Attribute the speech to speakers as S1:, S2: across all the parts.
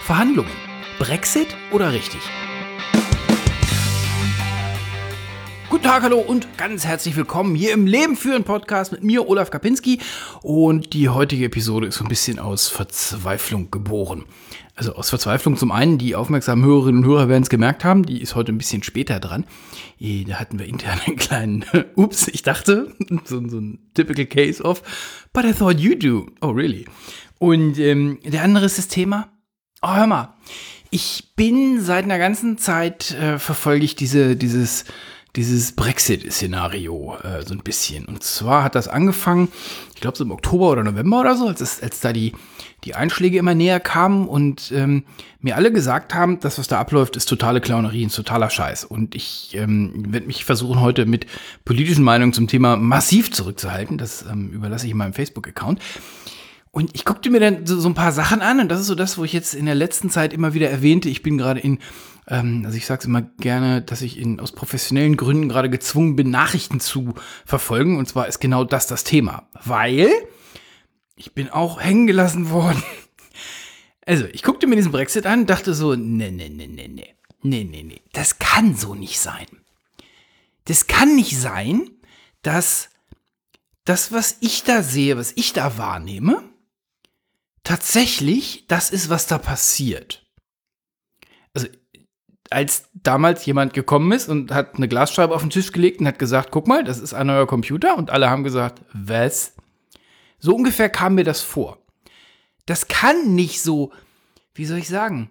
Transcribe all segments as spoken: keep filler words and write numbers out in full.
S1: Verhandlungen. Brexit oder richtig? Guten Tag, hallo und ganz herzlich willkommen hier im Leben führen Podcast mit mir, Olaf Kapinski. Und die heutige Episode ist so ein bisschen aus Verzweiflung geboren. Also aus Verzweiflung zum einen, die aufmerksamen Hörerinnen und Hörer werden es gemerkt haben, die ist heute ein bisschen später dran. Da hatten wir intern einen kleinen Ups, ich dachte, so, so ein typical case of, but I thought you do. Oh, really? Und ähm, der andere ist das Thema, oh, hör mal, ich bin seit einer ganzen Zeit, äh, verfolge ich diese, dieses... dieses Brexit-Szenario äh, so ein bisschen. Und zwar hat das angefangen, ich glaube so im Oktober oder November oder so, als, es, als da die, die Einschläge immer näher kamen und ähm, mir alle gesagt haben, das, was da abläuft, ist totale Clownerie, ist totaler Scheiß. Und ich ähm, werde mich versuchen, heute mit politischen Meinungen zum Thema massiv zurückzuhalten. Das ähm, überlasse ich in meinem Facebook-Account. Und ich guckte mir dann so, so ein paar Sachen an und das ist so das, wo ich jetzt in der letzten Zeit immer wieder erwähnte. Ich bin gerade in Ähm, also ich sage es immer gerne, dass ich in, aus professionellen Gründen gerade gezwungen bin, Nachrichten zu verfolgen. Und zwar ist genau das das Thema. Weil ich bin auch hängen gelassen worden. Also ich guckte mir diesen Brexit an und dachte so, nee, nee, nee, nee, nee, nee, nee, nee. Das kann so nicht sein. Das kann nicht sein, dass das, was ich da sehe, was ich da wahrnehme, tatsächlich das ist, was da passiert. Also als damals jemand gekommen ist und hat eine Glasscheibe auf den Tisch gelegt und hat gesagt, guck mal, das ist ein neuer Computer. Und alle haben gesagt, was? So ungefähr kam mir das vor. Das kann nicht so, wie soll ich sagen,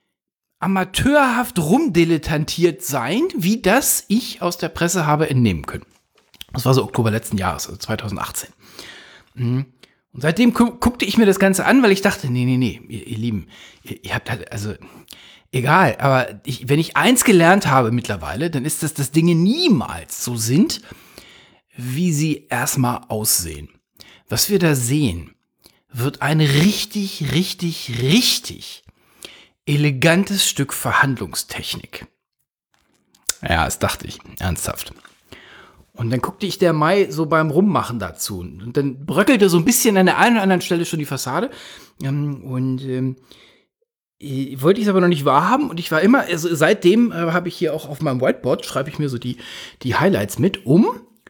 S1: amateurhaft rumdilettantiert sein, wie das ich aus der Presse habe entnehmen können. Das war so Oktober letzten Jahres, also zwanzig achtzehn. Und seitdem gu- guckte ich mir das Ganze an, weil ich dachte, nee, nee, nee, ihr, ihr Lieben, ihr, ihr habt halt, also... Egal, aber ich, wenn ich eins gelernt habe mittlerweile, dann ist das, dass Dinge niemals so sind, wie sie erstmal aussehen. Was wir da sehen, wird ein richtig, richtig, richtig elegantes Stück Verhandlungstechnik. Ja, das dachte ich, ernsthaft. Und dann guckte ich der Mai so beim Rummachen dazu. Und dann bröckelte so ein bisschen an der einen oder anderen Stelle schon die Fassade. Und ähm, wollte ich es aber noch nicht wahrhaben und ich war immer, also seitdem äh, habe ich hier auch auf meinem Whiteboard, schreibe ich mir so die, die Highlights mit, um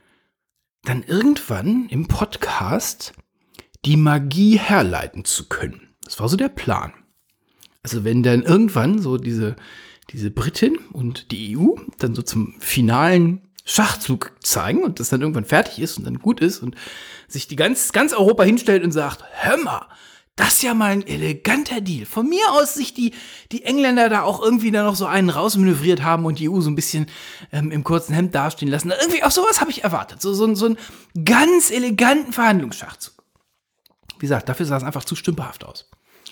S1: dann irgendwann im Podcast die Magie herleiten zu können. Das war so der Plan. Also wenn dann irgendwann so diese, diese Britin und die E U dann so zum finalen Schachzug zeigen und das dann irgendwann fertig ist und dann gut ist und sich die ganz, ganz Europa hinstellt und sagt, hör mal, das ist ja mal ein eleganter Deal. Von mir aus sich die, die Engländer da auch irgendwie da noch so einen rausmanövriert haben und die E U so ein bisschen ähm, im kurzen Hemd dastehen lassen. Irgendwie auch sowas habe ich erwartet. So, so, so einen ganz eleganten Verhandlungsschachzug. Wie gesagt, dafür sah es einfach zu stümperhaft aus.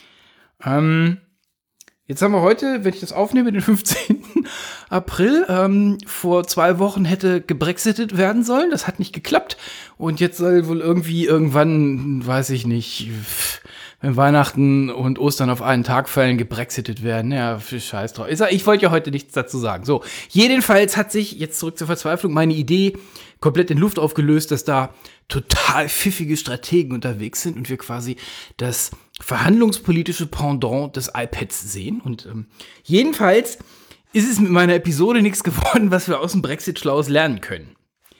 S1: Ähm, jetzt haben wir heute, wenn ich das aufnehme, den fünfzehnten April. Ähm, vor zwei Wochen hätte gebrexitet werden sollen. Das hat nicht geklappt. Und jetzt soll wohl irgendwie irgendwann, weiß ich nicht, wenn Weihnachten und Ostern auf einen Tag fallen, gebrexitet werden. Ja, für Scheiß drauf. Ich wollte ja heute nichts dazu sagen. So, jedenfalls hat sich, jetzt zurück zur Verzweiflung, meine Idee komplett in Luft aufgelöst, dass da total pfiffige Strategen unterwegs sind und wir quasi das verhandlungspolitische Pendant des iPads sehen. Und ähm, jedenfalls ist es mit meiner Episode nichts geworden, was wir aus dem Brexit Schlaues lernen können.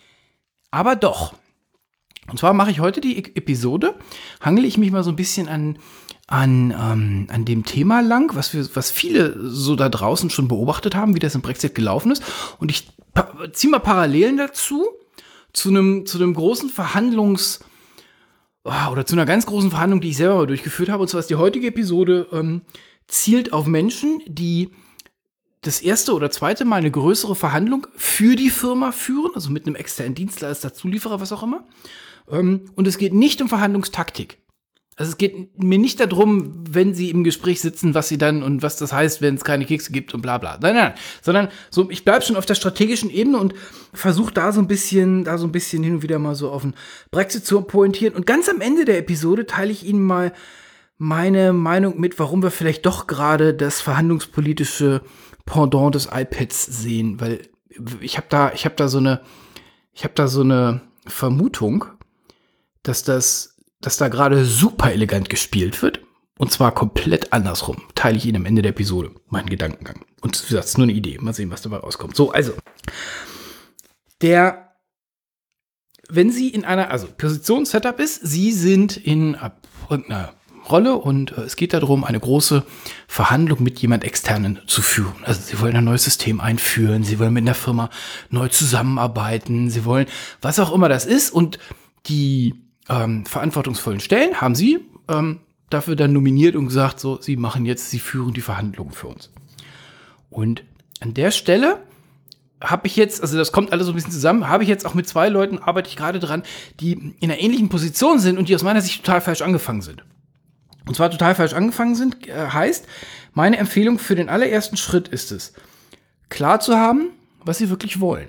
S1: Aber doch. Und zwar mache ich heute die e- Episode, hangele ich mich mal so ein bisschen an, an, ähm, an dem Thema lang, was, wir, was viele so da draußen schon beobachtet haben, wie das im Brexit gelaufen ist. Und ich pa- ziehe mal Parallelen dazu, zu einem, zu einem großen Verhandlungs- oh, oder zu einer ganz großen Verhandlung, die ich selber mal durchgeführt habe. Und zwar ist die heutige Episode ähm, zielt auf Menschen, die das erste oder zweite Mal eine größere Verhandlung für die Firma führen, also mit einem externen Dienstleister, Zulieferer, was auch immer. Und es geht nicht um Verhandlungstaktik. Also es geht mir nicht darum, wenn sie im Gespräch sitzen, was sie dann und was das heißt, wenn es keine Kekse gibt und bla bla. Nein, nein, sondern so, ich bleibe schon auf der strategischen Ebene und versuche da so ein bisschen, da so ein bisschen hin und wieder mal so auf den Brexit zu pointieren. Und ganz am Ende der Episode teile ich Ihnen mal meine Meinung mit, warum wir vielleicht doch gerade das verhandlungspolitische Pendant des iPads sehen, weil ich habe da, ich habe da so eine, ich habe da so eine Vermutung, dass das, dass da gerade super elegant gespielt wird Und zwar komplett andersrum. Teile ich Ihnen am Ende der Episode meinen Gedankengang. Und wie gesagt, es ist nur eine Idee. Mal sehen, was dabei rauskommt. So, also. Der, wenn Sie in einer, also Position-Setup ist, Sie sind in irgendeiner Rolle und äh, es geht darum, eine große Verhandlung mit jemand Externen zu führen. Also Sie wollen ein neues System einführen, Sie wollen mit einer Firma neu zusammenarbeiten, Sie wollen, was auch immer das ist. Und die ähm, verantwortungsvollen Stellen haben Sie ähm, dafür dann nominiert und gesagt, so, Sie machen jetzt, Sie führen die Verhandlungen für uns. Und an der Stelle habe ich jetzt, also das kommt alles so ein bisschen zusammen, habe ich jetzt auch mit zwei Leuten, arbeite ich gerade dran, die in einer ähnlichen Position sind und die aus meiner Sicht total falsch angefangen sind. Und zwar total falsch angefangen sind, äh, heißt, meine Empfehlung für den allerersten Schritt ist es, klar zu haben, was sie wirklich wollen.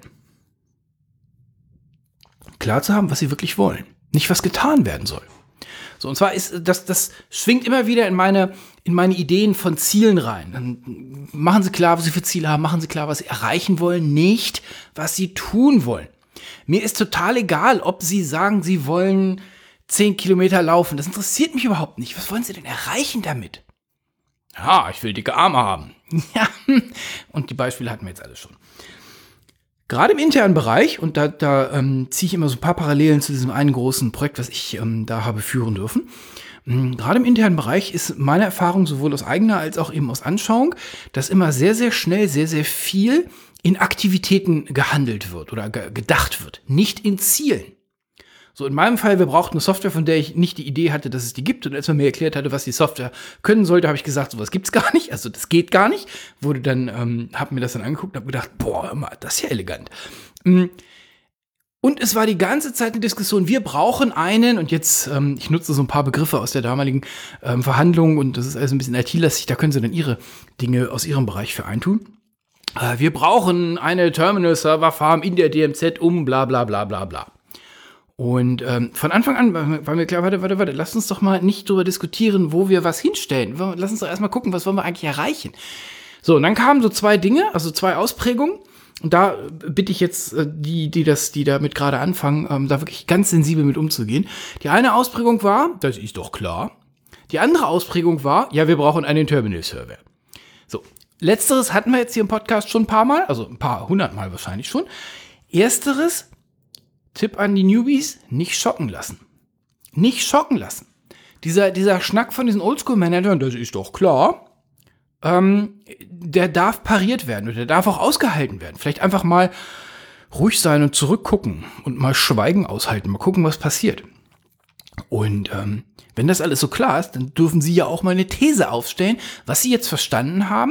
S1: Klar zu haben, was sie wirklich wollen. Nicht, was getan werden soll. So, und zwar ist das, das schwingt immer wieder in meine, in meine Ideen von Zielen rein. Dann machen Sie klar, was Sie für Ziele haben, machen Sie klar, was Sie erreichen wollen, nicht, was Sie tun wollen. Mir ist total egal, ob Sie sagen, Sie wollen zehn Kilometer laufen. Das interessiert mich überhaupt nicht. Was wollen Sie denn erreichen damit? Ja, ich will dicke Arme haben. Ja, und die Beispiele hatten wir jetzt alle schon. Gerade im internen Bereich, und da, da ähm, ziehe ich immer so ein paar Parallelen zu diesem einen großen Projekt, was ich ähm, da habe führen dürfen. Ähm, gerade im internen Bereich ist meine Erfahrung sowohl aus eigener als auch eben aus Anschauung, dass immer sehr, sehr schnell, sehr, sehr viel in Aktivitäten gehandelt wird oder ge- gedacht wird, nicht in Zielen. So, in meinem Fall, wir brauchten eine Software, von der ich nicht die Idee hatte, dass es die gibt. Und als man mir erklärt hatte, was die Software können sollte, habe ich gesagt, sowas gibt's gar nicht. Also das geht gar nicht. Wurde dann, ähm, habe mir das dann angeguckt und habe gedacht, boah, immer, das ist ja elegant. Und es war die ganze Zeit eine Diskussion, wir brauchen einen, und jetzt, ähm, ich nutze so ein paar Begriffe aus der damaligen ähm, Verhandlung und das ist alles ein bisschen I T-lastig, da können Sie dann Ihre Dinge aus Ihrem Bereich für eintun. Äh, wir brauchen eine Terminal-Server-Farm in der D M Z um bla bla bla bla bla. Und ähm, von Anfang an war mir klar, warte, warte, warte, lass uns doch mal nicht drüber diskutieren, wo wir was hinstellen. Lass uns doch erstmal gucken, was wollen wir eigentlich erreichen. So, und dann kamen so zwei Dinge, also zwei Ausprägungen. Und da bitte ich jetzt äh, die, die das, die damit gerade anfangen, ähm, da wirklich ganz sensibel mit umzugehen. Die eine Ausprägung war, das ist doch klar. Die andere Ausprägung war, ja, wir brauchen einen Terminal-Server. So, letzteres hatten wir jetzt hier im Podcast schon ein paar Mal, also ein paar hundert Mal wahrscheinlich schon. Ersteres, Tipp an die Newbies, nicht schocken lassen. Nicht schocken lassen. Dieser, dieser Schnack von diesen Oldschool-Managern, das ist doch klar, ähm, der darf pariert werden und der darf auch ausgehalten werden. Vielleicht einfach mal ruhig sein und zurückgucken und mal Schweigen aushalten, mal gucken, was passiert. Und ähm, wenn das alles so klar ist, dann dürfen Sie ja auch mal eine These aufstellen, was Sie jetzt verstanden haben,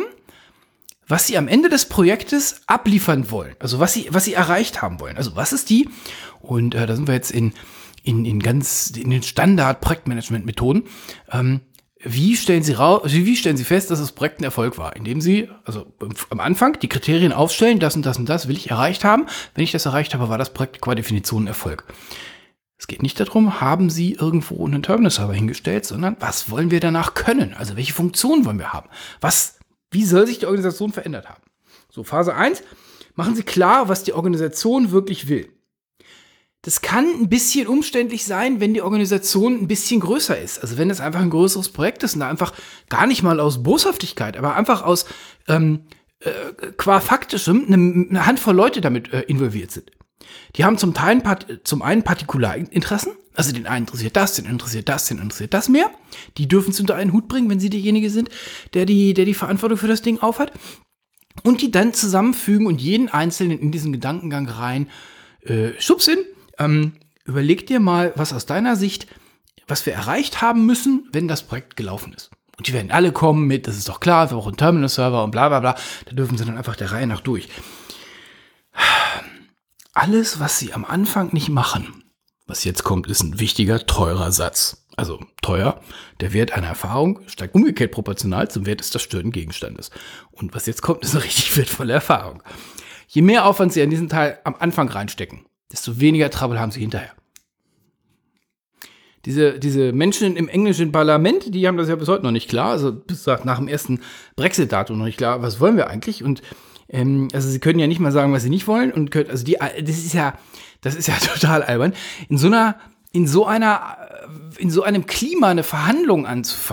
S1: was Sie am Ende des Projektes abliefern wollen, also was Sie, was Sie erreicht haben wollen. Also was ist die? Und äh, da sind wir jetzt in, in, in ganz in den Standard-Projektmanagement-Methoden. Ähm, wie stellen Sie raus, wie stellen Sie fest, dass das Projekt ein Erfolg war? Indem Sie also am Anfang die Kriterien aufstellen, das und das und das will ich erreicht haben. Wenn ich das erreicht habe, war das Projekt qua Definition ein Erfolg. Es geht nicht darum, haben Sie irgendwo einen Terminal-Server hingestellt, sondern was wollen wir danach können? Also welche Funktionen wollen wir haben? Was Wie soll sich die Organisation verändert haben? So, Phase eins, machen Sie klar, was die Organisation wirklich will. Das kann ein bisschen umständlich sein, wenn die Organisation ein bisschen größer ist. Also wenn es einfach ein größeres Projekt ist und da einfach gar nicht mal aus Boshaftigkeit, aber einfach aus ähm, äh, qua faktischem eine, eine Handvoll Leute damit äh, involviert sind. Die haben zum Teil zum einen Partikularinteressen, also den einen interessiert das, den interessiert das, den interessiert das mehr. Die dürfen es unter einen Hut bringen, wenn sie derjenige sind, der die, der die Verantwortung für das Ding aufhat. Und die dann zusammenfügen und jeden Einzelnen in diesen Gedankengang rein äh, schubsen. Ähm, überleg dir mal, was aus deiner Sicht, was wir erreicht haben müssen, wenn das Projekt gelaufen ist. Und die werden alle kommen mit, das ist doch klar, wir brauchen einen Terminal-Server und bla bla bla. Da dürfen sie dann einfach der Reihe nach durch. Alles, was sie am Anfang nicht machen, was jetzt kommt, ist ein wichtiger, teurer Satz. Also teuer, der Wert einer Erfahrung steigt umgekehrt proportional zum Wert des zerstörten Gegenstandes. Und was jetzt kommt, ist eine richtig wertvolle Erfahrung. Je mehr Aufwand sie an diesen Teil am Anfang reinstecken, desto weniger Trouble haben sie hinterher. Diese, diese Menschen im englischen Parlament, die haben das ja bis heute noch nicht klar, also bis nach dem ersten Brexit-Datum noch nicht klar, was wollen wir eigentlich? Und ähm, also sie können ja nicht mal sagen, was sie nicht wollen und können, also die, das ist ja, das ist ja total albern. In so einer, in so einer, in so einem Klima eine Verhandlung anzufangen,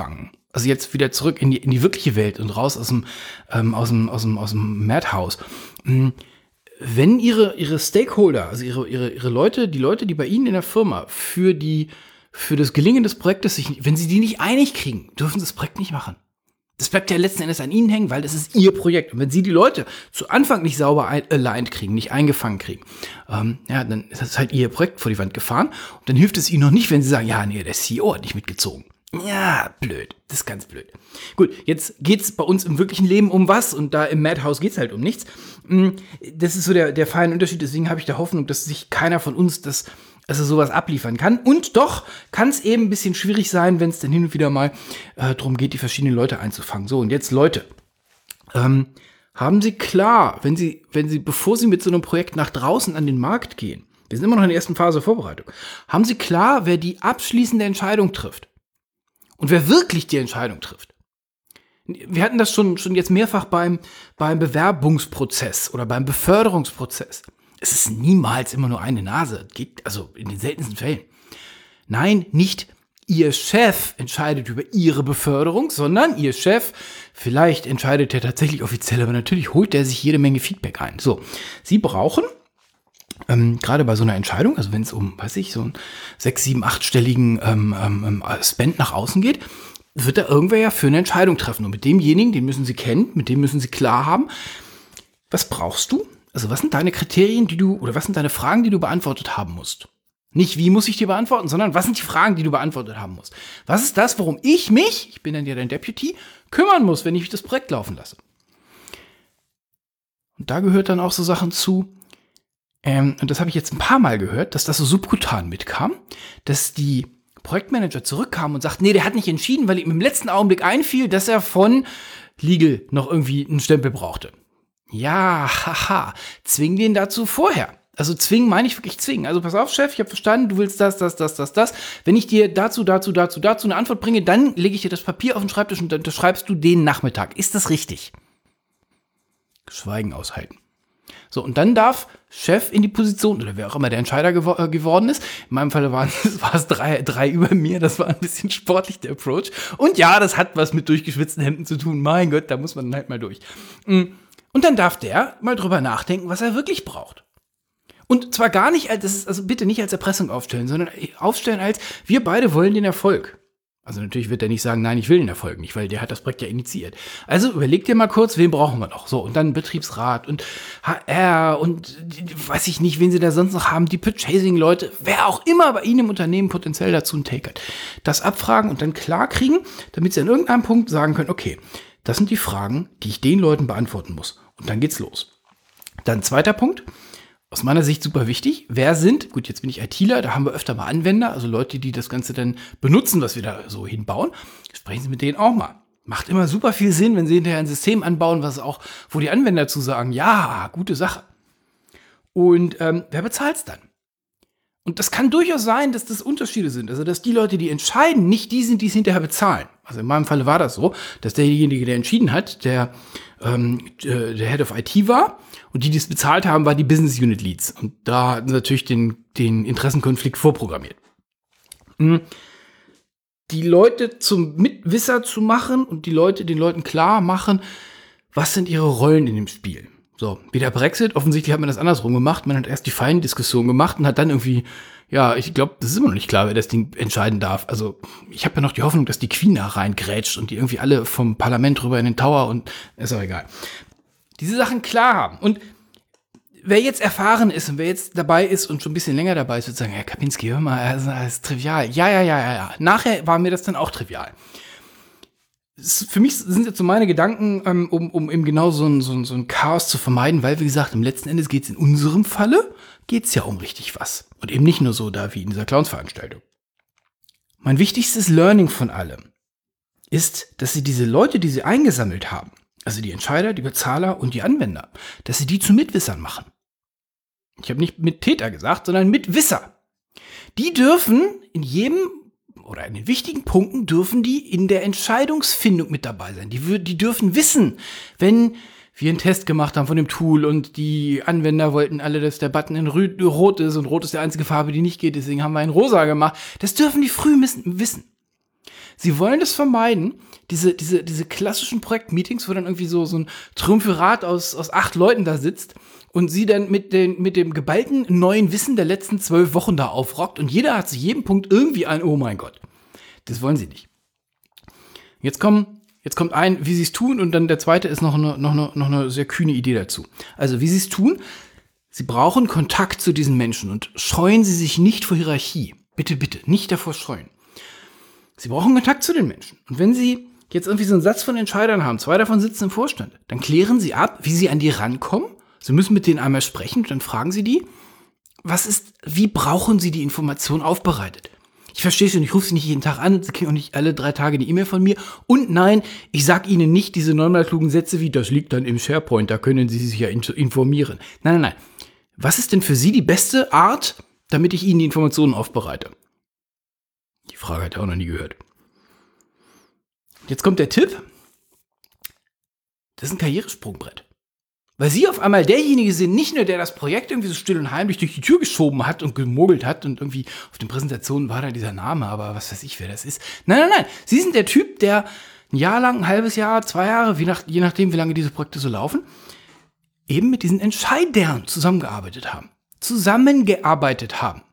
S1: Also jetzt wieder zurück in die, in die wirkliche Welt und raus aus dem, ähm, aus dem, aus dem, aus dem Madhouse. Wenn ihre, ihre Stakeholder, also ihre, ihre, ihre Leute, die Leute, die bei Ihnen in der Firma für die, für das Gelingen des Projektes sich, wenn sie die nicht einig kriegen, dürfen sie das Projekt nicht machen. Das bleibt ja letzten Endes an Ihnen hängen, weil das ist Ihr Projekt. Und wenn Sie die Leute zu Anfang nicht sauber aligned kriegen, nicht eingefangen kriegen, ähm, ja, dann ist das halt Ihr Projekt vor die Wand gefahren. Und dann hilft es Ihnen noch nicht, wenn Sie sagen, ja, nee, der C E O hat nicht mitgezogen. Ja, blöd. Das ist ganz blöd. Gut, jetzt geht's bei uns im wirklichen Leben um was und da im Madhouse geht's halt um nichts. Das ist so der, der feine Unterschied. Deswegen habe ich da Hoffnung, dass sich keiner von uns das also sowas abliefern kann. Und doch kann es eben ein bisschen schwierig sein, wenn es dann hin und wieder mal äh, darum geht, die verschiedenen Leute einzufangen. So, und jetzt Leute, ähm, haben Sie klar, wenn Sie, wenn Sie, bevor Sie mit so einem Projekt nach draußen an den Markt gehen, wir sind immer noch in der ersten Phase der Vorbereitung, haben Sie klar, wer die abschließende Entscheidung trifft? Und wer wirklich die Entscheidung trifft? Wir hatten das schon, schon jetzt mehrfach beim, beim Bewerbungsprozess oder beim Beförderungsprozess. Es ist niemals immer nur eine Nase. Geht, also in den seltensten Fällen. Nein, nicht Ihr Chef entscheidet über Ihre Beförderung, sondern Ihr Chef, vielleicht entscheidet er tatsächlich offiziell, aber natürlich holt er sich jede Menge Feedback ein. So, Sie brauchen, ähm, gerade bei so einer Entscheidung, also wenn es um, weiß ich, so einen sechs-, sieben-, achtstelligen ähm, ähm, Spend nach außen geht, wird da irgendwer ja für eine Entscheidung treffen. Und mit demjenigen, den müssen Sie kennen, mit dem müssen Sie klar haben, was brauchst du? Also was sind deine Kriterien, die du, oder was sind deine Fragen, die du beantwortet haben musst? Nicht, wie muss ich die beantworten, sondern was sind die Fragen, die du beantwortet haben musst? Was ist das, worum ich mich, ich bin dann ja dein Deputy, kümmern muss, wenn ich das Projekt laufen lasse? Und da gehört dann auch so Sachen zu, ähm, und das habe ich jetzt ein paar Mal gehört, dass das so subkutan mitkam, dass die Projektmanager zurückkamen und sagten, nee, der hat nicht entschieden, weil ihm im letzten Augenblick einfiel, dass er von Legal noch irgendwie einen Stempel brauchte. Ja, haha, zwing den dazu vorher. Also zwingen meine ich wirklich zwingen. Also pass auf, Chef, ich habe verstanden, du willst das, das, das, das, das. Wenn ich dir dazu, dazu, dazu, dazu eine Antwort bringe, dann lege ich dir das Papier auf den Schreibtisch und dann unterschreibst du den Nachmittag. Ist das richtig? Schweigen aushalten. So, und dann darf Chef in die Position, oder wer auch immer der Entscheider gewo- äh, geworden ist, in meinem Fall waren es, war es drei, drei über mir, das war ein bisschen sportlich der Approach. Und ja, das hat was mit durchgeschwitzten Hemden zu tun. Mein Gott, da muss man dann halt mal durch. Und dann darf der mal drüber nachdenken, was er wirklich braucht. Und zwar gar nicht als, das ist also bitte nicht als Erpressung aufstellen, sondern aufstellen als, wir beide wollen den Erfolg. Also natürlich wird er nicht sagen, nein, ich will den Erfolg nicht, weil der hat das Projekt ja initiiert. Also überleg dir mal kurz, wen brauchen wir noch? So, und dann Betriebsrat und H R und weiß ich nicht, wen sie da sonst noch haben, die Purchasing-Leute, wer auch immer bei Ihnen im Unternehmen potenziell dazu ein Take hat. Das abfragen und dann klar kriegen, damit Sie an irgendeinem Punkt sagen können, okay, das sind die Fragen, die ich den Leuten beantworten muss. Und dann geht's los. Dann zweiter Punkt. Aus meiner Sicht super wichtig. Wer sind, gut, jetzt bin ich ITler, da haben wir öfter mal Anwender, also Leute, die das Ganze dann benutzen, was wir da so hinbauen. Sprechen Sie mit denen auch mal. Macht immer super viel Sinn, wenn Sie hinterher ein System anbauen, was auch, wo die Anwender zu sagen, ja, gute Sache. Und ähm, wer bezahlt's dann? Und das kann durchaus sein, dass das Unterschiede sind. Also, dass die Leute, die entscheiden, nicht die sind, die es hinterher bezahlen. Also in meinem Falle war das so, dass derjenige, der entschieden hat, der, ähm, der Head of I T war und die, die es bezahlt haben, war die Business Unit Leads. Und da hatten sie natürlich den, den Interessenkonflikt vorprogrammiert. Die Leute zum Mitwisser zu machen und die Leute, den Leuten klar machen, was sind ihre Rollen in dem Spiel. So, wie der Brexit, offensichtlich hat man das andersrum gemacht. Man hat erst die Feindiskussion gemacht und hat dann irgendwie, ja, ich glaube, das ist immer noch nicht klar, wer das Ding entscheiden darf. Also, ich habe ja noch die Hoffnung, dass die Queen da reingrätscht und die irgendwie alle vom Parlament rüber in den Tower und ist auch egal. Diese Sachen klar haben. Und wer jetzt erfahren ist und wer jetzt dabei ist und schon ein bisschen länger dabei ist, wird sagen, Herr Kapinski, hör mal, das ist trivial. Ja, ja, ja, ja, ja. Nachher war mir das dann auch trivial. Für mich sind jetzt so meine Gedanken, ähm, um, um eben genau so ein, so, ein, so ein Chaos zu vermeiden, weil, wie gesagt, im letzten Endes geht es in unserem Falle, geht es ja um richtig was. Und eben nicht nur so da wie in dieser Clowns-Veranstaltung. Mein wichtigstes Learning von allem ist, dass sie diese Leute, die sie eingesammelt haben, also die Entscheider, die Bezahler und die Anwender, dass sie die zu Mitwissern machen. Ich habe nicht mit Täter gesagt, sondern Mitwisser. Die dürfen in jedem oder in den wichtigen Punkten dürfen die in der Entscheidungsfindung mit dabei sein. Die, die dürfen wissen, wenn wir einen Test gemacht haben von dem Tool und die Anwender wollten alle, dass der Button in rot ist und rot ist die einzige Farbe, die nicht geht, deswegen haben wir einen rosa gemacht. Das dürfen die früh wissen. Sie wollen das vermeiden, diese, diese, diese klassischen Projektmeetings, wo dann irgendwie so, so ein Triumvirat aus, aus acht Leuten da sitzt und sie dann mit, den, mit dem geballten neuen Wissen der letzten zwölf Wochen da aufrockt und jeder hat zu jedem Punkt irgendwie ein, oh mein Gott. Das wollen sie nicht. Jetzt kommen, jetzt kommt ein, wie sie es tun und dann der zweite ist noch eine, noch, eine, noch eine sehr kühne Idee dazu. Also wie sie es tun, sie brauchen Kontakt zu diesen Menschen und scheuen sie sich nicht vor Hierarchie. Bitte, bitte, nicht davor scheuen. Sie brauchen Kontakt zu den Menschen. Und wenn Sie jetzt irgendwie so einen Satz von Entscheidern haben, zwei davon sitzen im Vorstand, dann klären Sie ab, wie Sie an die rankommen. Sie müssen mit denen einmal sprechen und dann fragen Sie die, was ist, wie brauchen Sie die Information aufbereitet? Ich verstehe schon, ich rufe Sie nicht jeden Tag an, Sie kriegen auch nicht alle drei Tage eine E-Mail von mir. Und nein, ich sage Ihnen nicht diese neunmal klugen Sätze wie, das liegt dann im SharePoint, da können Sie sich ja informieren. Nein, nein, nein. Was ist denn für Sie die beste Art, damit ich Ihnen die Informationen aufbereite? Die Frage hat er auch noch nie gehört. Jetzt kommt der Tipp. Das ist ein Karrieresprungbrett. Weil Sie auf einmal derjenige sind, nicht nur der das Projekt irgendwie so still und heimlich durch die Tür geschoben hat und gemogelt hat und irgendwie auf den Präsentationen war da dieser Name, aber was weiß ich, wer das ist. Nein, nein, nein. Sie sind der Typ, der ein Jahr lang, ein halbes Jahr, zwei Jahre, je, nach, je nachdem, wie lange diese Projekte so laufen, eben mit diesen Entscheidern zusammengearbeitet haben. Zusammengearbeitet haben.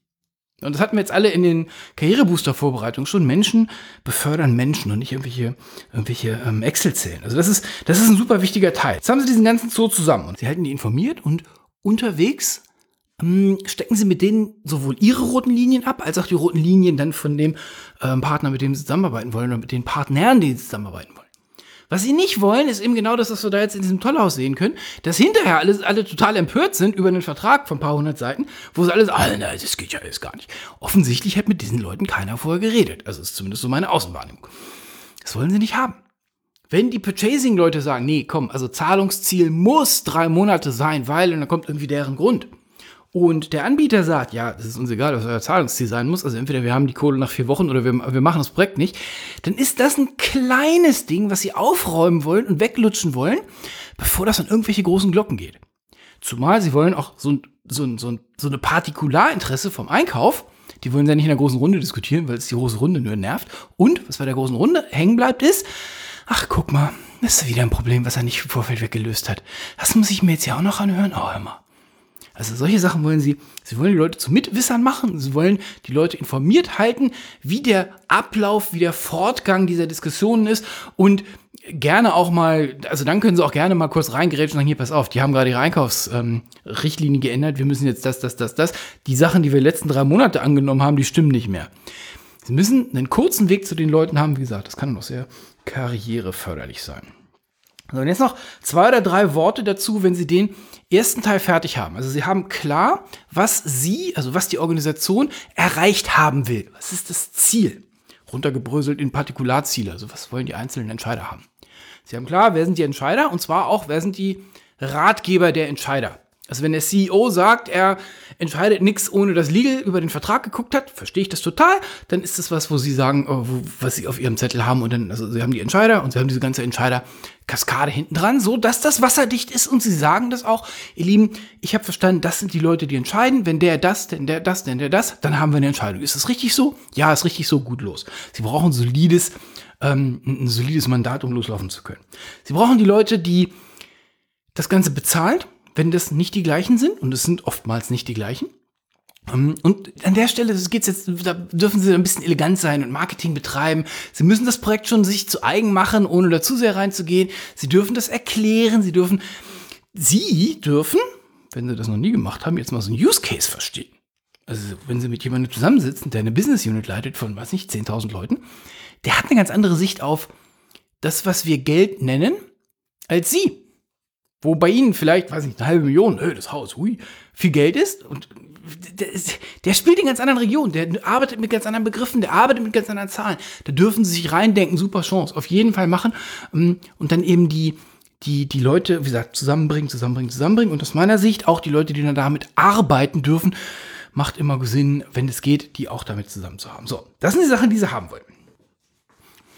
S1: Und das hatten wir jetzt alle in den Karrierebooster-Vorbereitungen schon. Menschen befördern Menschen und nicht irgendwelche, irgendwelche ähm, Excel-Zellen. Also das ist, das ist ein super wichtiger Teil. Jetzt haben sie diesen ganzen Zoo zusammen und sie halten die informiert und unterwegs ähm, stecken sie mit denen sowohl ihre roten Linien ab, als auch die roten Linien dann von dem ähm, Partner, mit dem sie zusammenarbeiten wollen oder mit den Partnern, die sie zusammenarbeiten wollen. Was sie nicht wollen, ist eben genau das, was wir da jetzt in diesem Tollhaus sehen können, dass hinterher alle, alle total empört sind über einen Vertrag von ein paar hundert Seiten, wo sie alle sagen, ah, nein, das geht ja alles gar nicht. Offensichtlich hat mit diesen Leuten keiner vorher geredet. Also ist zumindest so meine Außenwahrnehmung. Das wollen sie nicht haben. Wenn die Purchasing-Leute sagen, nee, komm, also Zahlungsziel muss drei Monate sein, weil, und dann kommt irgendwie deren Grund. Und der Anbieter sagt, ja, das ist uns egal, was euer Zahlungsziel sein muss, also entweder wir haben die Kohle nach vier Wochen oder wir, wir machen das Projekt nicht, dann ist das ein kleines Ding, was sie aufräumen wollen und weglutschen wollen, bevor das an irgendwelche großen Glocken geht. Zumal sie wollen auch so, so, so, so eine Partikularinteresse vom Einkauf, die wollen sie ja nicht in der großen Runde diskutieren, weil es die große Runde nur nervt. Und, was bei der großen Runde hängen bleibt, ist, ach, guck mal, das ist wieder ein Problem, was er nicht im Vorfeld weggelöst hat. Das muss ich mir jetzt ja auch noch anhören. Oh, hör mal. Also solche Sachen wollen sie, sie wollen die Leute zu Mitwissern machen, sie wollen die Leute informiert halten, wie der Ablauf, wie der Fortgang dieser Diskussionen ist und gerne auch mal, also dann können sie auch gerne mal kurz reingerätschen und sagen, hier, pass auf, die haben gerade ihre Einkaufsrichtlinie ähm, geändert, wir müssen jetzt das, das, das, das. Die Sachen, die wir die letzten drei Monate angenommen haben, die stimmen nicht mehr. Sie müssen einen kurzen Weg zu den Leuten haben, wie gesagt, das kann noch sehr karriereförderlich sein. So, und jetzt noch zwei oder drei Worte dazu, wenn Sie den ersten Teil fertig haben. Also Sie haben klar, was Sie, also was die Organisation erreicht haben will. Was ist das Ziel? Runtergebröselt in Partikularziele. Also was wollen die einzelnen Entscheider haben? Sie haben klar, wer sind die Entscheider? Und zwar auch, wer sind die Ratgeber der Entscheider? Also wenn der C E O sagt, er entscheidet nichts, ohne dass Legal über den Vertrag geguckt hat, verstehe ich das total, dann ist das was, wo sie sagen, wo, was sie auf ihrem Zettel haben und dann, also sie haben die Entscheider und sie haben diese ganze Entscheider-Kaskade hinten dran, so dass das wasserdicht ist und sie sagen das auch, ihr Lieben, ich habe verstanden, das sind die Leute, die entscheiden, wenn der das, denn der das, denn der das, dann haben wir eine Entscheidung. Ist das richtig so? Ja, ist richtig so, gut los. Sie brauchen ein solides, ähm, ein solides Mandat, um loslaufen zu können. Sie brauchen die Leute, die das Ganze bezahlen, wenn das nicht die gleichen sind, und es sind oftmals nicht die gleichen. Und an der Stelle, das geht's jetzt, da dürfen Sie ein bisschen elegant sein und Marketing betreiben. Sie müssen das Projekt schon sich zu eigen machen, ohne da zu sehr reinzugehen. Sie dürfen das erklären, Sie dürfen, Sie dürfen, wenn Sie das noch nie gemacht haben, jetzt mal so einen Use Case verstehen. Also wenn Sie mit jemandem zusammensitzen, der eine Business Unit leitet von, weiß nicht, zehntausend Leuten, der hat eine ganz andere Sicht auf das, was wir Geld nennen, als Sie. Wo bei Ihnen vielleicht, weiß nicht, eine halbe Million, äh, das Haus, hui, viel Geld ist. Und der, der spielt in ganz anderen Regionen, der arbeitet mit ganz anderen Begriffen, der arbeitet mit ganz anderen Zahlen. Da dürfen Sie sich reindenken, super Chance, auf jeden Fall machen. Und dann eben die, die, die Leute, wie gesagt, zusammenbringen, zusammenbringen, zusammenbringen. Und aus meiner Sicht auch die Leute, die dann damit arbeiten dürfen, macht immer Sinn, wenn es geht, die auch damit zusammen zu haben. So, das sind die Sachen, die Sie haben wollen.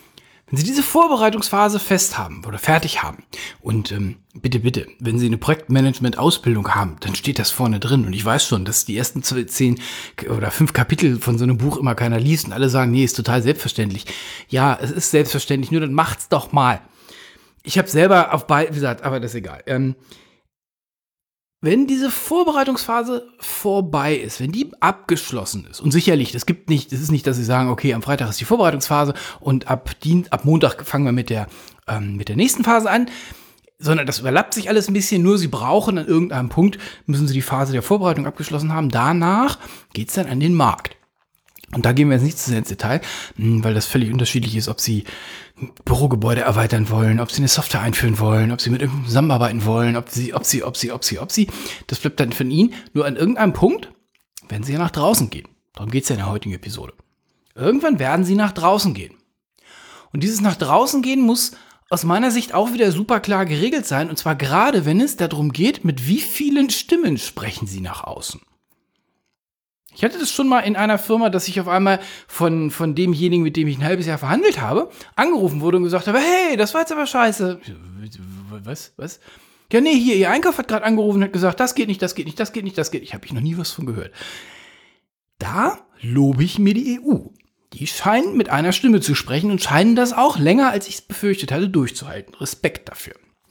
S1: Wenn Sie diese Vorbereitungsphase fest haben oder fertig haben und ähm, bitte, bitte, wenn Sie eine Projektmanagement-Ausbildung haben, dann steht das vorne drin. Und ich weiß schon, dass die ersten zehn oder fünf Kapitel von so einem Buch immer keiner liest und alle sagen, nee, ist total selbstverständlich. Ja, es ist selbstverständlich, nur dann macht's doch mal. Ich habe selber auf beide, wie gesagt, aber das ist egal. Ähm, Wenn diese Vorbereitungsphase vorbei ist, wenn die abgeschlossen ist, und sicherlich, das gibt nicht, das ist nicht, dass sie sagen, okay, am Freitag ist die Vorbereitungsphase und ab, Dien, ab Montag fangen wir mit der, ähm, mit der nächsten Phase an, sondern das überlappt sich alles ein bisschen, nur sie brauchen an irgendeinem Punkt, müssen sie die Phase der Vorbereitung abgeschlossen haben. Danach geht's dann an den Markt. Und da gehen wir jetzt nicht zu sehr ins Detail, weil das völlig unterschiedlich ist, ob Sie Bürogebäude erweitern wollen, ob Sie eine Software einführen wollen, ob Sie mit irgendjemandem zusammenarbeiten wollen, ob Sie, ob Sie, ob Sie, ob Sie, ob Sie. Das bleibt dann von Ihnen. Nur an irgendeinem Punkt werden Sie ja nach draußen gehen. Darum geht es ja in der heutigen Episode. Irgendwann werden Sie nach draußen gehen. Und dieses nach draußen gehen muss aus meiner Sicht auch wieder super klar geregelt sein. Und zwar gerade, wenn es darum geht, mit wie vielen Stimmen sprechen Sie nach außen. Ich hatte das schon mal in einer Firma, dass ich auf einmal von, von demjenigen, mit dem ich ein halbes Jahr verhandelt habe, angerufen wurde und gesagt habe, hey, das war jetzt aber scheiße. Was? Was? Ja, nee, hier, Ihr Einkauf hat gerade angerufen und hat gesagt, das geht nicht, das geht nicht, das geht nicht, das geht nicht. Habe ich noch nie was von gehört. Da lobe ich mir die E U. Die scheinen mit einer Stimme zu sprechen und scheinen das auch länger, als ich es befürchtet hatte, durchzuhalten. Respekt dafür.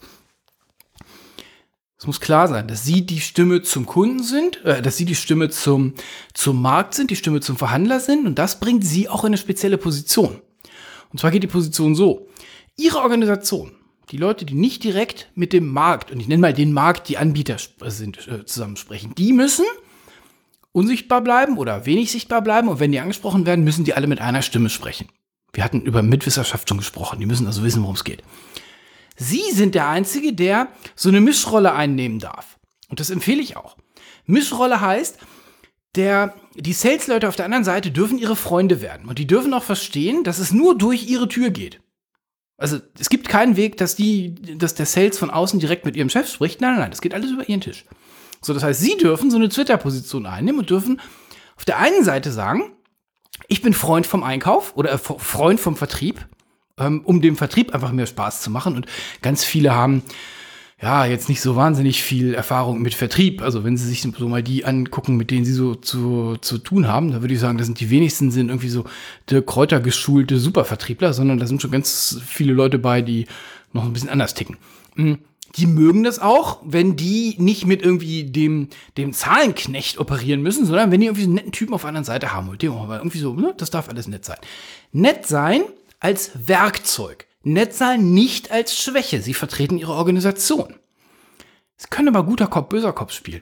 S1: Es muss klar sein, dass Sie die Stimme zum Kunden sind, äh, dass Sie die Stimme zum, zum Markt sind, die Stimme zum Verhandler sind, und das bringt Sie auch in eine spezielle Position. Und zwar geht die Position so: Ihre Organisation, die Leute, die nicht direkt mit dem Markt, und ich nenne mal den Markt, die Anbieter sind, äh, zusammensprechen, die müssen unsichtbar bleiben oder wenig sichtbar bleiben, und wenn die angesprochen werden, müssen die alle mit einer Stimme sprechen. Wir hatten über Mitwissenschaft schon gesprochen, die müssen also wissen, worum es geht. Sie sind der Einzige, der so eine Mischrolle einnehmen darf. Und das empfehle ich auch. Mischrolle heißt, der, die Sales-Leute auf der anderen Seite dürfen ihre Freunde werden. Und die dürfen auch verstehen, dass es nur durch ihre Tür geht. Also es gibt keinen Weg, dass, die, dass der Sales von außen direkt mit ihrem Chef spricht. Nein, nein, nein, das geht alles über ihren Tisch. So, das heißt, Sie dürfen so eine Twitter-Position einnehmen und dürfen auf der einen Seite sagen, ich bin Freund vom Einkauf oder äh, Freund vom Vertrieb, um dem Vertrieb einfach mehr Spaß zu machen. Und ganz viele haben ja jetzt nicht so wahnsinnig viel Erfahrung mit Vertrieb. Also wenn Sie sich so mal die angucken, mit denen Sie so zu, zu tun haben, da würde ich sagen, das sind die wenigsten sind irgendwie so der Kräuter geschulte Supervertriebler, sondern da sind schon ganz viele Leute bei, die noch ein bisschen anders ticken. Die mögen das auch, wenn die nicht mit irgendwie dem, dem Zahlenknecht operieren müssen, sondern wenn die irgendwie so einen netten Typen auf der anderen Seite haben. Und dem auch mal irgendwie so, ne, das darf alles nett sein. Nett sein als Werkzeug. Nett sein nicht als Schwäche. Sie vertreten Ihre Organisation. Sie können aber guter Kopf, böser Kopf spielen.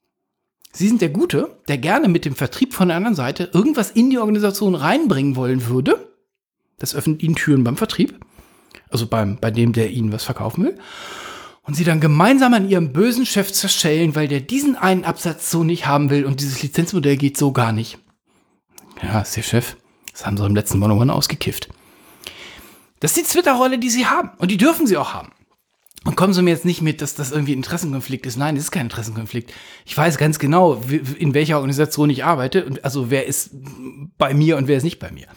S1: Sie sind der Gute, der gerne mit dem Vertrieb von der anderen Seite irgendwas in die Organisation reinbringen wollen würde. Das öffnet Ihnen Türen beim Vertrieb. Also beim, bei dem, der Ihnen was verkaufen will. Und Sie dann gemeinsam an Ihrem bösen Chef zerschellen, weil der diesen einen Absatz so nicht haben will und dieses Lizenzmodell geht so gar nicht. Ja, ist der Chef. Das haben Sie im letzten One-on-One ausgekifft. Das ist die Twitter-Rolle, die Sie haben. Und die dürfen Sie auch haben. Und kommen Sie mir jetzt nicht mit, dass das irgendwie ein Interessenkonflikt ist. Nein, das ist kein Interessenkonflikt. Ich weiß ganz genau, in welcher Organisation ich arbeite. Und also wer ist bei mir und wer ist nicht bei mir.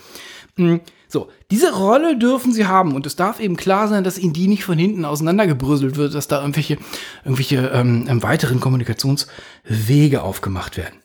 S1: So, diese Rolle dürfen Sie haben. Und es darf eben klar sein, dass Ihnen die nicht von hinten auseinandergebröselt wird, dass da irgendwelche, irgendwelche ähm, weiteren Kommunikationswege aufgemacht werden.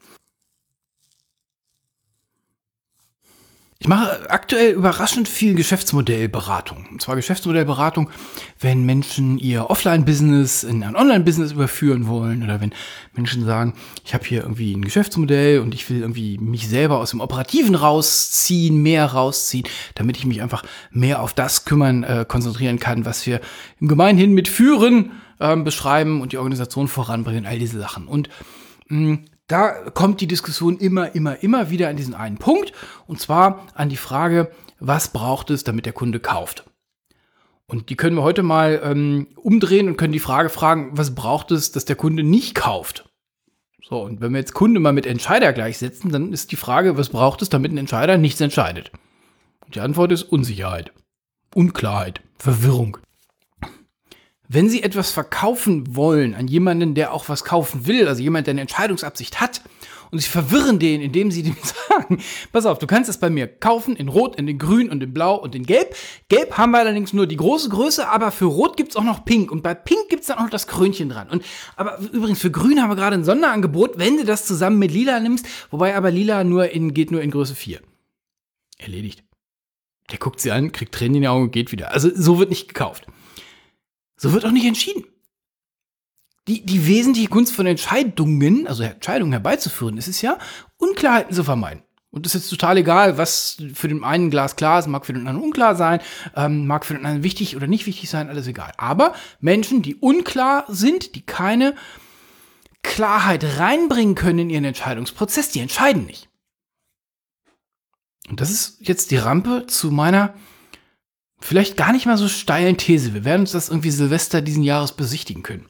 S1: Ich mache aktuell überraschend viel Geschäftsmodellberatung. Und zwar Geschäftsmodellberatung, wenn Menschen ihr Offline-Business in ein Online-Business überführen wollen oder wenn Menschen sagen, ich habe hier irgendwie ein Geschäftsmodell und ich will irgendwie mich selber aus dem Operativen rausziehen, mehr rausziehen, damit ich mich einfach mehr auf das kümmern, äh, konzentrieren kann, was wir im Gemeinhin mit Führen äh, beschreiben und die Organisation voranbringen, all diese Sachen. Und mh, da kommt die Diskussion immer, immer, immer wieder an diesen einen Punkt, und zwar an die Frage, was braucht es, damit der Kunde kauft? Und die können wir heute mal ähm, umdrehen und können die Frage fragen, was braucht es, dass der Kunde nicht kauft? So, und wenn wir jetzt Kunde mal mit Entscheider gleichsetzen, dann ist die Frage, was braucht es, damit ein Entscheider nichts entscheidet? Und die Antwort ist Unsicherheit, Unklarheit, Verwirrung. Wenn Sie etwas verkaufen wollen an jemanden, der auch was kaufen will, also jemand, der eine Entscheidungsabsicht hat, Und sie verwirren den, indem sie dem sagen, pass auf, du kannst es bei mir kaufen in Rot, in den Grün und in Blau und in Gelb. Gelb haben wir allerdings nur die große Größe, aber für Rot gibt's auch noch Pink. Und bei Pink gibt's dann auch noch das Krönchen dran. Und aber übrigens für Grün haben wir gerade ein Sonderangebot, wenn du das zusammen mit Lila nimmst, wobei aber Lila nur in, geht nur in Größe vier. Erledigt. Der guckt sie an, kriegt Tränen in die Augen und geht wieder. Also so wird nicht gekauft. So wird auch nicht entschieden. Die, die wesentliche Kunst von Entscheidungen, also Entscheidungen herbeizuführen, ist es ja, Unklarheiten zu vermeiden. Und es ist jetzt total egal, was für den einen Glas klar ist, mag für den anderen unklar sein, ähm, mag für den anderen wichtig oder nicht wichtig sein, alles egal. Aber Menschen, die unklar sind, die keine Klarheit reinbringen können in ihren Entscheidungsprozess, die entscheiden nicht. Und das ist jetzt die Rampe zu meiner vielleicht gar nicht mal so steilen These. Wir werden uns das irgendwie Silvester diesen Jahres besichtigen können.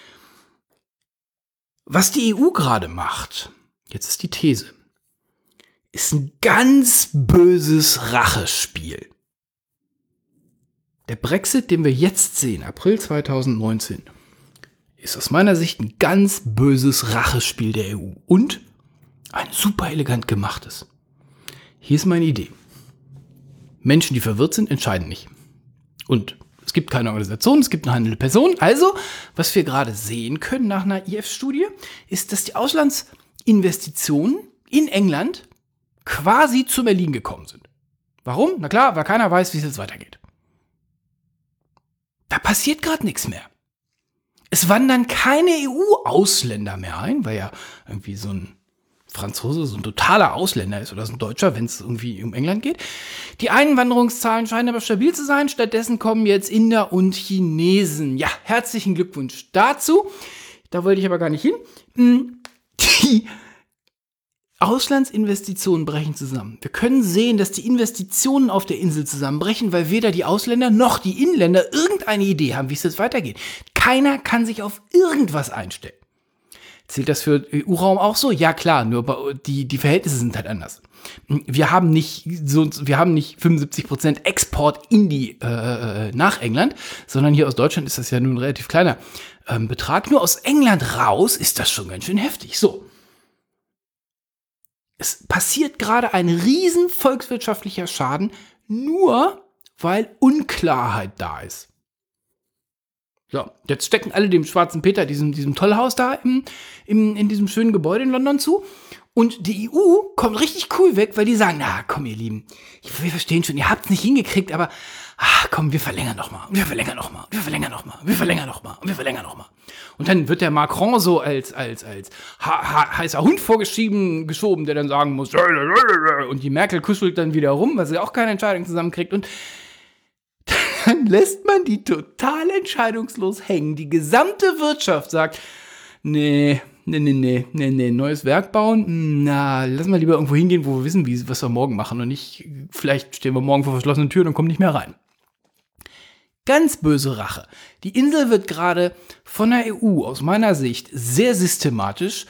S1: Was die E U gerade macht, jetzt ist die These, ist ein ganz böses Rachespiel. Der Brexit, den wir jetzt sehen, April zwanzig neunzehn, ist aus meiner Sicht ein ganz böses Rachespiel der E U und ein super elegant gemachtes. Hier ist meine Idee. Menschen, die verwirrt sind, entscheiden nicht. Und es gibt keine Organisation, es gibt eine handelnde Person. Also, was wir gerade sehen können nach einer I F-Studie, ist, dass die Auslandsinvestitionen in England quasi zum Erliegen gekommen sind. Warum? Na klar, weil keiner weiß, wie es jetzt weitergeht. Da passiert gerade nichts mehr. Es wandern keine E U-Ausländer mehr ein, weil ja irgendwie so ein Franzose so ein totaler Ausländer ist oder so ein Deutscher, wenn es irgendwie um England geht. Die Einwanderungszahlen scheinen aber stabil zu sein. Stattdessen kommen jetzt Inder und Chinesen. Ja, herzlichen Glückwunsch dazu. Da wollte ich aber gar nicht hin. Die Auslandsinvestitionen brechen zusammen. Wir können sehen, dass die Investitionen auf der Insel zusammenbrechen, weil weder die Ausländer noch die Inländer irgendeine Idee haben, wie es jetzt weitergeht. Keiner kann sich auf irgendwas einstellen. Zählt das für E U-Raum auch so? Ja, klar, nur die, die Verhältnisse sind halt anders. Wir haben nicht so, wir haben nicht fünfundsiebzig Prozent Export in die, äh, nach England, sondern hier aus Deutschland ist das ja nur ein relativ kleiner ähm, Betrag. Nur aus England raus ist das schon ganz schön heftig. So. Es passiert gerade ein riesen volkswirtschaftlicher Schaden, nur weil Unklarheit da ist. So, jetzt stecken alle dem Schwarzen Peter, diesem, diesem Tollhaus da im, im, in diesem schönen Gebäude in London zu. Und die E U kommt richtig cool weg, weil die sagen, na komm ihr Lieben, wir verstehen schon, ihr habt es nicht hingekriegt, aber ach, komm, wir verlängern noch mal, wir verlängern noch mal, wir verlängern noch mal, wir verlängern noch mal, wir verlängern noch mal. Und dann wird der Macron so als, als, als ha- ha- heißer Hund vorgeschrieben, geschoben, der dann sagen muss, und die Merkel kuschelt dann wieder rum, weil sie auch keine Entscheidung zusammenkriegt und dann lässt man die total entscheidungslos hängen. Die gesamte Wirtschaft sagt, nee, nee, nee, nee, nee, nee, neues Werk bauen, na, lass mal lieber irgendwo hingehen, wo wir wissen, wie, was wir morgen machen und nicht, vielleicht stehen wir morgen vor verschlossenen Türen und kommen nicht mehr rein. Ganz böse Rache. Die Insel wird gerade von der E U aus meiner Sicht sehr systematisch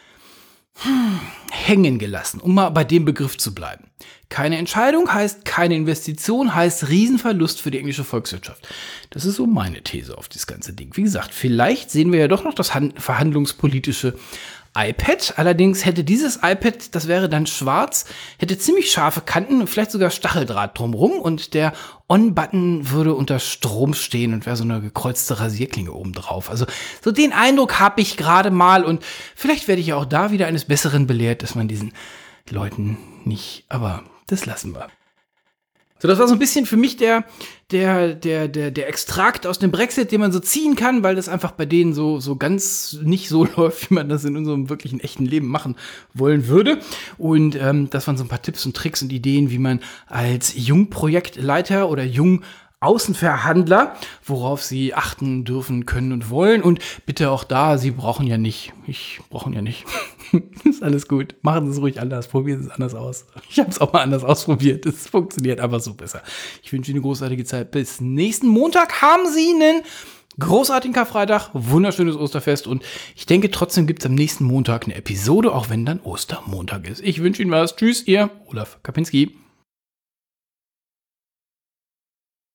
S1: hm, hängen gelassen, um mal bei dem Begriff zu bleiben. Keine Entscheidung heißt keine Investition, heißt Riesenverlust für die englische Volkswirtschaft. Das ist so meine These auf das ganze Ding. Wie gesagt, vielleicht sehen wir ja doch noch das verhandlungspolitische iPad. Allerdings hätte dieses iPad, das wäre dann schwarz, hätte ziemlich scharfe Kanten und vielleicht sogar Stacheldraht drumrum und der On-Button würde unter Strom stehen und wäre so eine gekreuzte Rasierklinge oben drauf. Also so den Eindruck habe ich gerade mal und vielleicht werde ich auch da wieder eines Besseren belehrt, dass man diesen Leuten nicht, aber das lassen wir. So, das war so ein bisschen für mich der, der, der, der, der Extrakt aus dem Brexit, den man so ziehen kann, weil das einfach bei denen so, so ganz nicht so läuft, wie man das in unserem wirklichen echten Leben machen wollen würde. Und ähm, das waren so ein paar Tipps und Tricks und Ideen, wie man als Jungprojektleiter oder Jung Außenverhandler, worauf Sie achten dürfen, können und wollen. Und bitte auch da, Sie brauchen ja nicht. Ich brauchen ja nicht. Ist alles gut. Machen Sie es ruhig anders. Probieren Sie es anders aus. Ich habe es auch mal anders ausprobiert. Es funktioniert einfach so besser. Ich wünsche Ihnen eine großartige Zeit. Bis nächsten Montag haben Sie einen großartigen Karfreitag, wunderschönes Osterfest. Und ich denke, trotzdem gibt es am nächsten Montag eine Episode, auch wenn dann Ostermontag ist. Ich wünsche Ihnen was. Tschüss, Ihr Olaf Kapinski.